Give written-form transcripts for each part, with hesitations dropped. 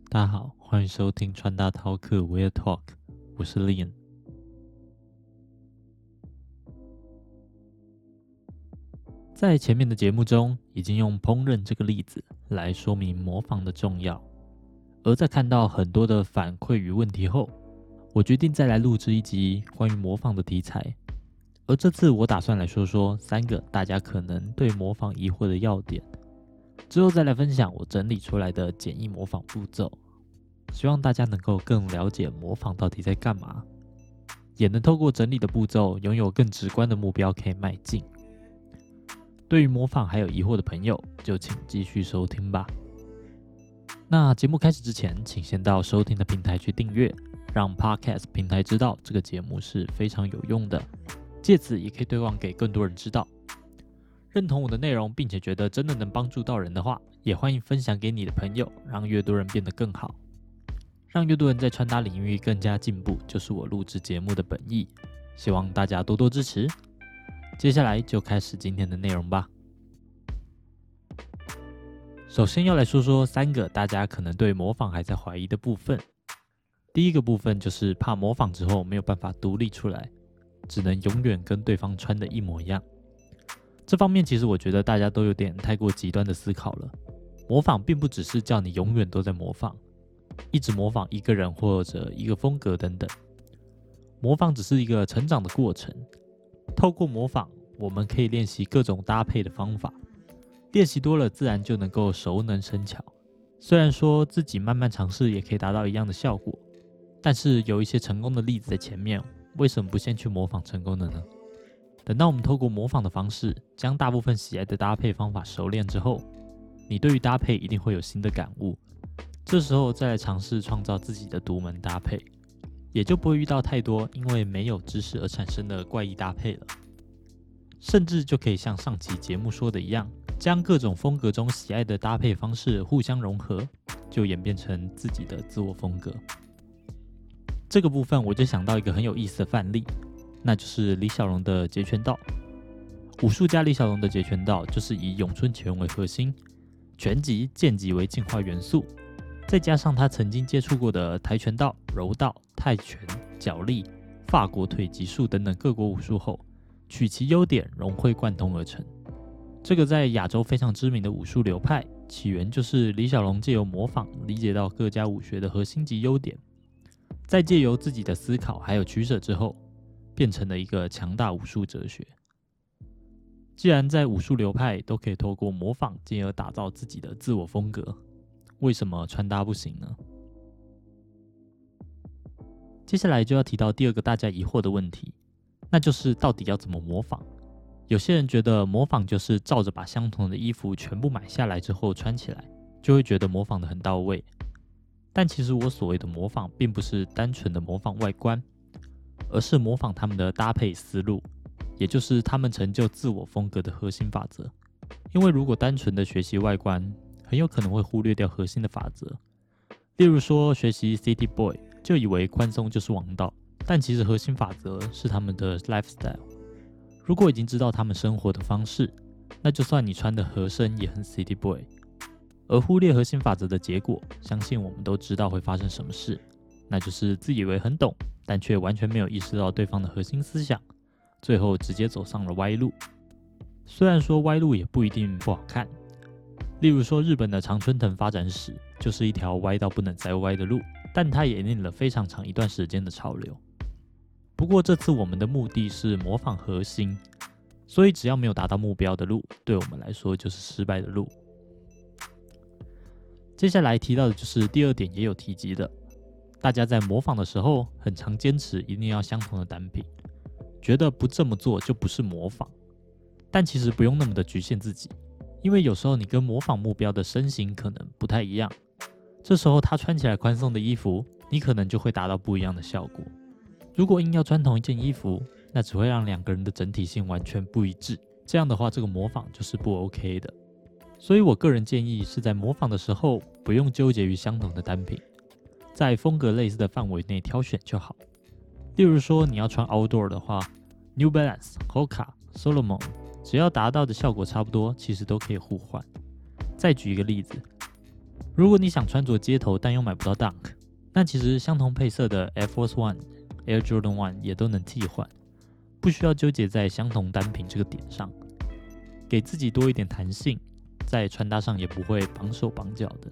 大家好，欢迎收听穿搭饕客 Wear Talk， 我是 Lian。在前面的节目中，已经用烹饪这个例子来说明模仿的重要，而在看到很多的反馈与问题后，我决定再来录制一集关于模仿的题材。而这次我打算来说说3个大家可能对模仿疑惑的要点，之后再来分享我整理出来的简易模仿步骤。希望大家能够更了解模仿到底在干嘛，也能透过整理的步骤，拥有更直观的目标可以迈进。对于模仿还有疑惑的朋友，就请继续收听吧。那节目开始之前，请先到收听的平台去订阅，让 Podcast 平台知道这个节目是非常有用的，借此也可以推广给更多人知道。认同我的内容，并且觉得真的能帮助到人的话，也欢迎分享给你的朋友，让越多人变得更好。让越多人在穿搭领域更加进步，就是我录制节目的本意。希望大家多多支持。接下来就开始今天的内容吧。首先要来说说3个大家可能对模仿还在怀疑的部分。第一个部分就是怕模仿之后没有办法独立出来，只能永远跟对方穿的一模一样。这方面其实我觉得大家都有点太过极端的思考了。模仿并不只是叫你永远都在模仿，一直模仿一个人或者一个风格等等。模仿只是一个成长的过程，透过模仿，我们可以练习各种搭配的方法，练习多了，自然就能够熟能生巧。虽然说自己慢慢尝试也可以达到一样的效果，但是有一些成功的例子在前面，为什么不先去模仿成功的呢？等到我们透过模仿的方式，将大部分喜爱的搭配方法熟练之后，你对于搭配一定会有新的感悟。这时候再来尝试创造自己的独门搭配，也就不会遇到太多因为没有知识而产生的怪异搭配了。甚至就可以像上期节目说的一样，将各种风格中喜爱的搭配方式互相融合，就演变成自己的自我风格。这个部分我就想到一个很有意思的范例，那就是李小龙的截拳道。武术家李小龙的截拳道就是以咏春拳为核心，拳击、剑击为进化元素，再加上他曾经接触过的跆拳道、柔道、泰拳、角力、法国腿击术等等各国武术后，取其优点融会贯通而成。这个在亚洲非常知名的武术流派，起源就是李小龙借由模仿理解到各家武学的核心及优点，再借由自己的思考还有取舍之后，变成了一个强大武术哲学。既然在武术流派都可以透过模仿进而打造自己的自我风格，为什么穿搭不行呢？接下来就要提到第2个大家疑惑的问题，那就是到底要怎么模仿。有些人觉得模仿就是照着把相同的衣服全部买下来之后穿起来，就会觉得模仿的很到位。但其实我所谓的模仿并不是单纯的模仿外观，而是模仿他们的搭配思路，也就是他们成就自我风格的核心法则。因为如果单纯的学习外观，很有可能会忽略掉核心的法则。例如说学习 City Boy 就以为宽松就是王道，但其实核心法则是他们的 lifestyle。 如果已经知道他们生活的方式，那就算你穿的合身也很 City Boy。 而忽略核心法则的结果，相信我们都知道会发生什么事，那就是自以为很懂，但却完全没有意识到对方的核心思想，最后直接走上了歪路。虽然说歪路也不一定不好看，例如说日本的常春藤发展史就是一条歪到不能再歪的路，但它也引领了非常长一段时间的潮流。不过这次我们的目的是模仿核心，所以只要没有达到目标的路，对我们来说就是失败的路。接下来提到的就是第2点也有提及的，大家在模仿的时候很常坚持一定要相同的单品，觉得不这么做就不是模仿。但其实不用那么的局限自己，因为有时候你跟模仿目标的身形可能不太一样，这时候他穿起来宽松的衣服，你可能就会达到不一样的效果。如果硬要穿同一件衣服，那只会让2个人的整体性完全不一致，这样的话这个模仿就是不 OK 的。所以我个人建议是在模仿的时候不用纠结于相同的单品，在风格类似的范围内挑选就好。例如说你要穿 outdoor 的话， New Balance、Hoka、Solomon 只要达到的效果差不多，其实都可以互换。再举一个例子， 如果你想穿着街头但又买不到 Dunk， 那其实相同配色的 Air Force One、Air Jordan One 也都能替换，不需要纠结在相同单品这个点上，给自己多一点弹性，在穿搭上也不会绑手绑脚的。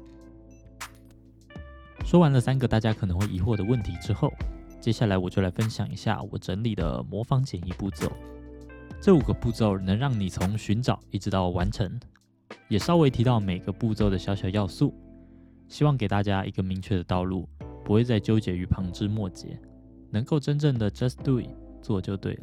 说完了3个大家可能会疑惑的问题之后，接下来我就来分享一下我整理的模仿简易步骤。这5个步骤能让你从寻找一直到完成，也稍微提到每个步骤的小小要素，希望给大家一个明确的道路，不会再纠结于旁枝末节，能够真正的 just do it， 做就对了。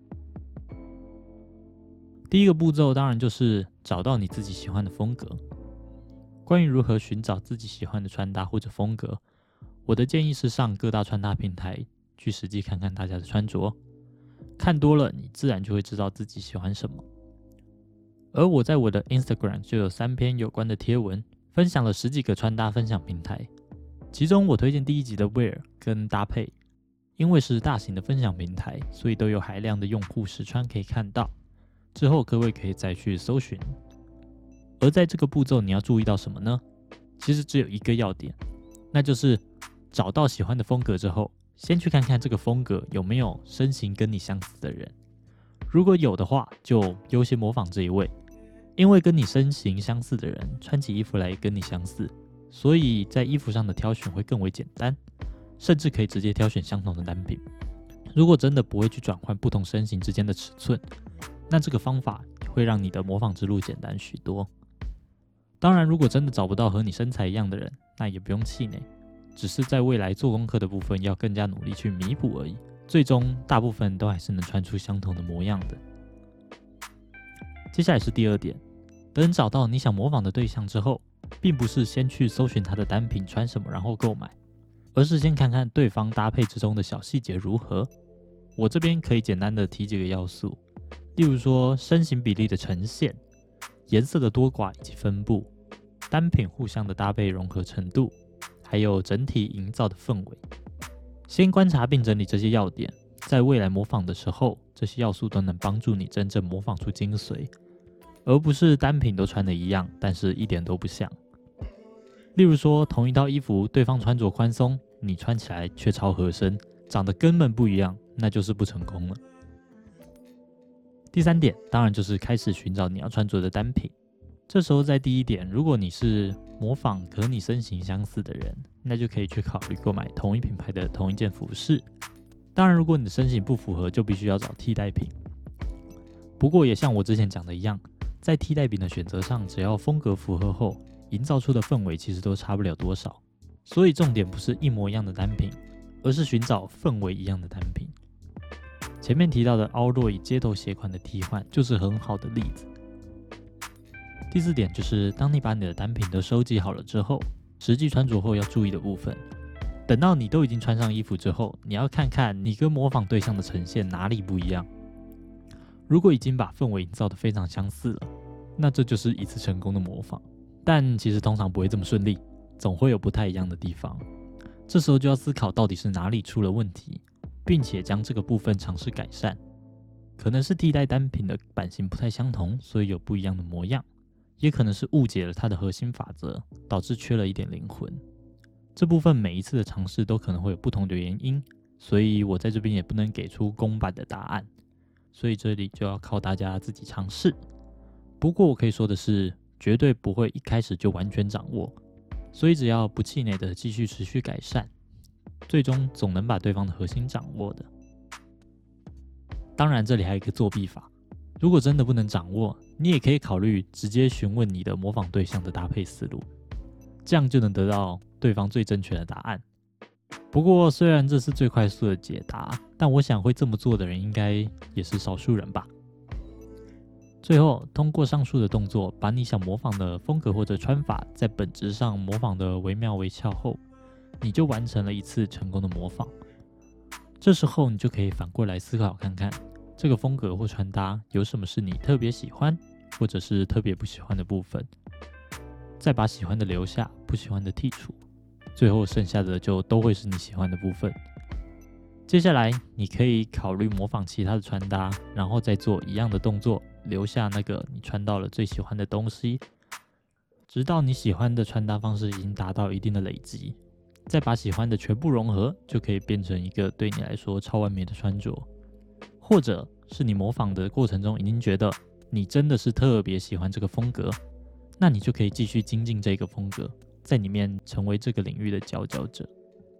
第一个步骤当然就是找到你自己喜欢的风格。关于如何寻找自己喜欢的穿搭或者风格，我的建议是上各大穿搭平台去实际看看大家的穿着，看多了你自然就会知道自己喜欢什么。而我在我的 Instagram 就有3篇有关的贴文，分享了10几个穿搭分享平台，其中我推荐第1集的 Wear 跟搭配，因为是大型的分享平台，所以都有海量的用户实穿可以看到，之后各位可以再去搜寻。而在这个步骤你要注意到什么呢？其实只有一个要点，那就是找到喜欢的风格之后，先去看看这个风格有没有身形跟你相似的人，如果有的话就优先模仿这一位，因为跟你身形相似的人穿起衣服来也跟你相似，所以在衣服上的挑选会更为简单，甚至可以直接挑选相同的单品。如果真的不会去转换不同身形之间的尺寸，那这个方法会让你的模仿之路简单许多。当然，如果真的找不到和你身材一样的人，那也不用气馁，只是在未来做功课的部分要更加努力去弥补而已，最终大部分都还是能穿出相同的模样的。接下来是第2点，等找到你想模仿的对象之后，并不是先去搜寻他的单品穿什么然后购买，而是先看看对方搭配之中的小细节如何。我这边可以简单的提几个要素，例如说身形比例的呈现、颜色的多寡以及分布、单品互相的搭配融合程度，还有整体营造的氛围。先观察并整理这些要点，在未来模仿的时候，这些要素都能帮助你真正模仿出精髓，而不是单品都穿的一样，但是一点都不像。例如说，同一套衣服，对方穿着宽松，你穿起来却超合身，长得根本不一样，那就是不成功了。第3点，当然就是开始寻找你要穿着的单品。这时候在第1点，如果你是模仿和你身形相似的人，那就可以去考虑购买同一品牌的同一件服饰。当然，如果你的身形不符合，就必须要找替代品。不过也像我之前讲的一样，在替代品的选择上，只要风格符合后，营造出的氛围其实都差不了多少。所以重点不是一模一样的单品，而是寻找氛围一样的单品。前面提到的凹落与街头鞋款的替换就是很好的例子。第4点就是当你把你的单品都收集好了之后，实际穿着后要注意的部分。等到你都已经穿上衣服之后，你要看看你跟模仿对象的呈现哪里不一样。如果已经把氛围营造得非常相似了，那这就是一次成功的模仿。但其实通常不会这么顺利，总会有不太一样的地方。这时候就要思考到底是哪里出了问题，并且将这个部分尝试改善。可能是替代单品的版型不太相同，所以有不一样的模样，也可能是误解了它的核心法则，导致缺了一点灵魂。这部分每一次的尝试都可能会有不同的原因，所以我在这边也不能给出公版的答案，所以这里就要靠大家自己尝试。不过我可以说的是，绝对不会一开始就完全掌握，所以只要不气馁的继续持续改善，最终总能把对方的核心掌握的。当然这里还有一个作弊法，如果真的不能掌握，你也可以考虑直接询问你的模仿对象的搭配思路，这样就能得到对方最正确的答案。不过虽然这是最快速的解答，但我想会这么做的人应该也是少数人吧。最后，通过上述的动作，把你想模仿的风格或者穿法在本质上模仿的惟妙惟肖后，你就完成了一次成功的模仿。这时候你就可以反过来思考看看，这个风格或穿搭有什么是你特别喜欢，或者是特别不喜欢的部分，再把喜欢的留下，不喜欢的剔除，最后剩下的就都会是你喜欢的部分。接下来你可以考虑模仿其他的穿搭，然后再做一样的动作，留下那个你穿到了最喜欢的东西。 直到你喜欢的穿搭方式已经达到一定的累积，再把喜欢的全部融合，就可以变成一个对你来说超完美的穿着。或者是你模仿的过程中已经觉得你真的是特别喜欢这个风格，那你就可以继续精进这个风格，在里面成为这个领域的佼佼者。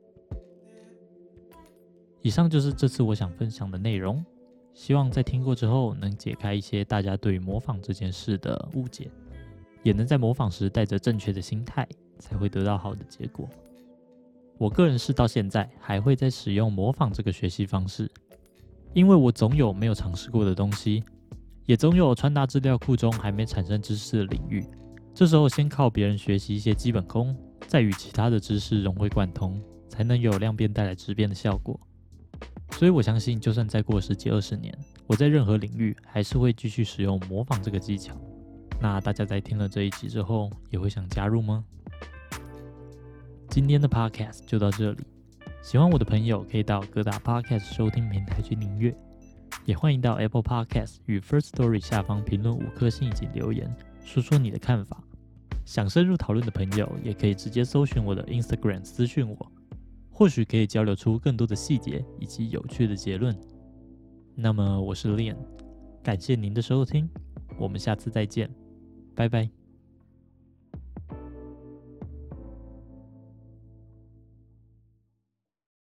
以上就是这次我想分享的内容，希望在听过之后能解开一些大家对于模仿这件事的误解，也能在模仿时带着正确的心态，才会得到好的结果。我个人是到现在还会在使用模仿这个学习方式，因为我总有没有尝试过的东西，也总有穿搭资料库中还没产生知识的领域。这时候先靠别人学习一些基本功，再与其他的知识融会贯通，才能有量变带来质变的效果。所以我相信，就算再过10几20年，我在任何领域还是会继续使用模仿这个技巧。那大家在听了这一集之后，也会想加入吗？今天的 podcast 就到这里，喜欢我的朋友可以到各大 podcast 收听平台去订阅，也欢迎到 Apple Podcast 与 First Story 下方评论5颗星以及留言，说说你的看法。想深入讨论的朋友，也可以直接搜寻我的 Instagram 私讯我，或许可以交流出更多的细节以及有趣的结论。那么我是 Lian， 感谢您的收听，我们下次再见，拜拜。